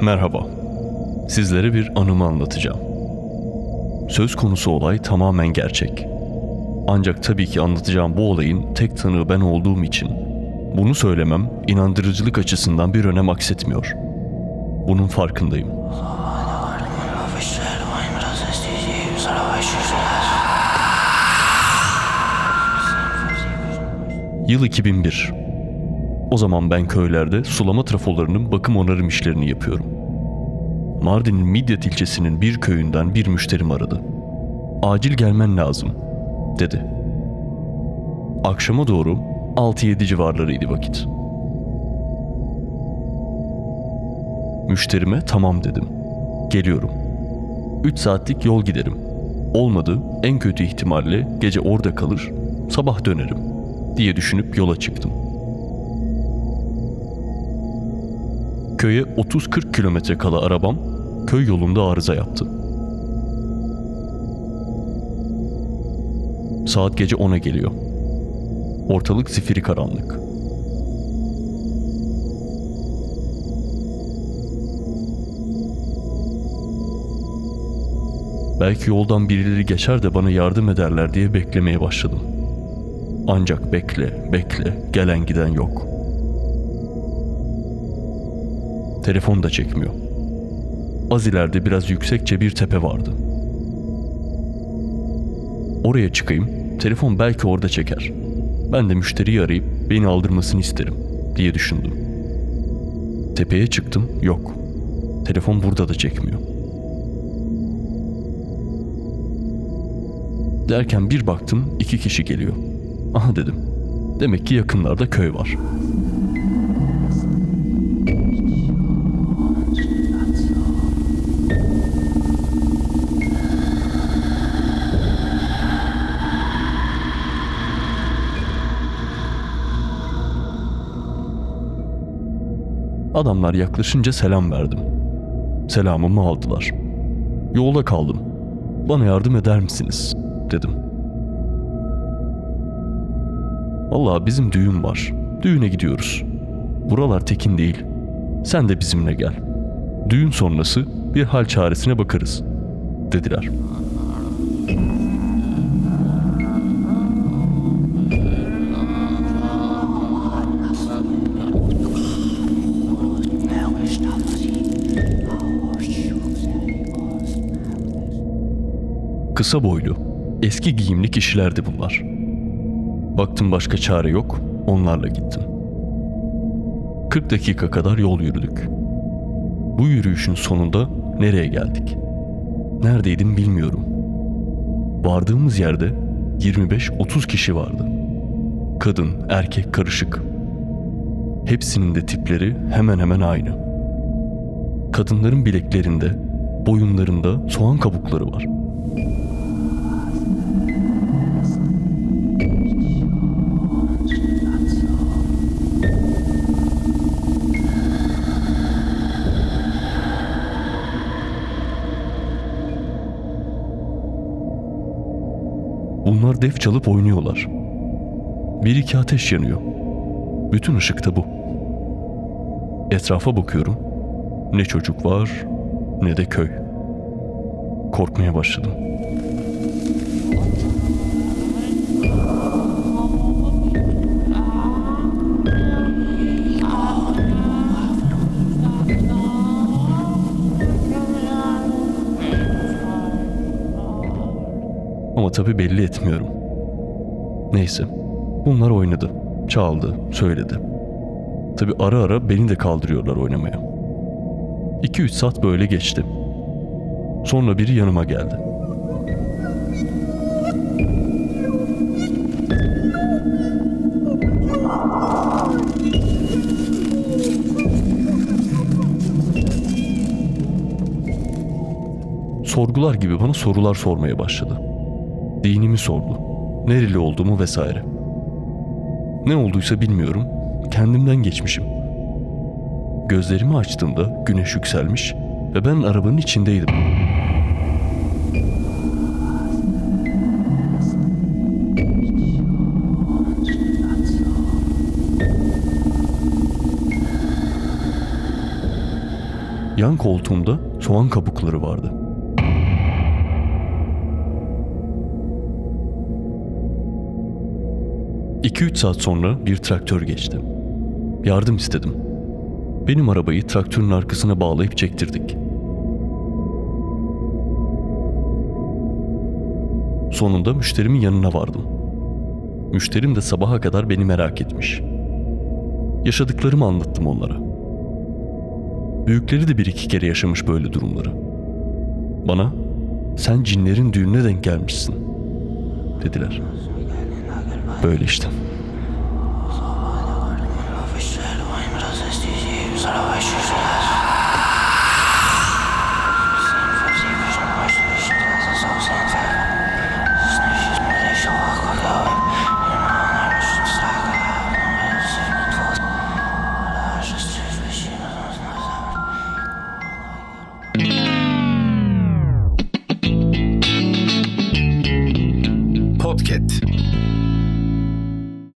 Merhaba, sizlere bir anımı anlatacağım. Söz konusu olay tamamen gerçek. Ancak tabii ki anlatacağım bu olayın tek tanığı ben olduğum için bunu söylemem inandırıcılık açısından bir önem aksetmiyor. Bunun farkındayım. Yıl 2001. O zaman ben köylerde sulama trafolarının bakım onarım işlerini yapıyorum. Mardin'in Midyat ilçesinin bir köyünden bir müşterim aradı. "Acil gelmen lazım," dedi. Akşama doğru 6-7 civarlarıydı vakit. Müşterime "Tamam," dedim. "Geliyorum. 3 saatlik yol giderim. Olmadı en kötü ihtimalle gece orada kalır, sabah dönerim," diye düşünüp yola çıktım. Köye 30-40 kilometre kala arabam köy yolunda arıza yaptı. Saat gece 10'a geliyor. Ortalık zifiri karanlık. Belki yoldan birileri geçer de bana yardım ederler diye beklemeye başladım. Ancak bekle, gelen giden yok. Telefon da çekmiyor. Az ileride biraz yüksekçe bir tepe vardı. Oraya çıkayım, telefon belki orada çeker. Ben de müşteriyi arayıp beni aldırmasını isterim diye düşündüm. Tepeye çıktım, yok. Telefon burada da çekmiyor. Derken bir baktım 2 kişi geliyor. Aha dedim, demek ki yakınlarda köy var. Adamlar yaklaşınca selam verdim. Selamımı aldılar. Yolda kaldım. "Bana yardım eder misiniz?" dedim. "Vallahi bizim düğün var. Düğüne gidiyoruz. Buralar tekin değil. Sen de bizimle gel. Düğün sonrası bir hal çaresine bakarız," dediler. Kısa boylu, eski giyimli kişilerdi bunlar. Baktım başka çare yok, onlarla gittim. 40 dakika kadar yol yürüdük. Bu yürüyüşün sonunda nereye geldik? Neredeydim bilmiyorum. Vardığımız yerde 25-30 kişi vardı. Kadın, erkek karışık. Hepsinin de tipleri hemen hemen aynı. Kadınların bileklerinde, boyunlarında soğan kabukları var. Bunlar def çalıp oynuyorlar. Bir iki ateş yanıyor. Bütün ışık da bu. Etrafa bakıyorum. Ne çocuk var, ne de köy. Korkmaya başladım. Ama tabii belli etmiyorum. Neyse, bunlar oynadı, çaldı, söyledi. Tabii ara ara beni de kaldırıyorlar oynamaya. 2-3 saat böyle geçti. Sonra biri yanıma geldi. Sorgular gibi bana sorular sormaya başladı. Dinimi sordu. Nereli olduğumu vesaire. Ne olduysa bilmiyorum. Kendimden geçmişim. Gözlerimi açtığımda güneş yükselmiş ve ben arabanın içindeydim. Yan koltuğumda soğan kabukları vardı. ...2-3 saat sonra bir traktör geçti. Yardım istedim. Benim arabayı traktörün arkasına bağlayıp çektirdik. Sonunda müşterimin yanına vardım. Müşterim de sabaha kadar beni merak etmiş. Yaşadıklarımı anlattım onlara. Büyükleri de 1-2 kere yaşamış böyle durumları. Bana, sen cinlerin düğününe denk gelmişsin, dediler. Böyle işte. Solo vai a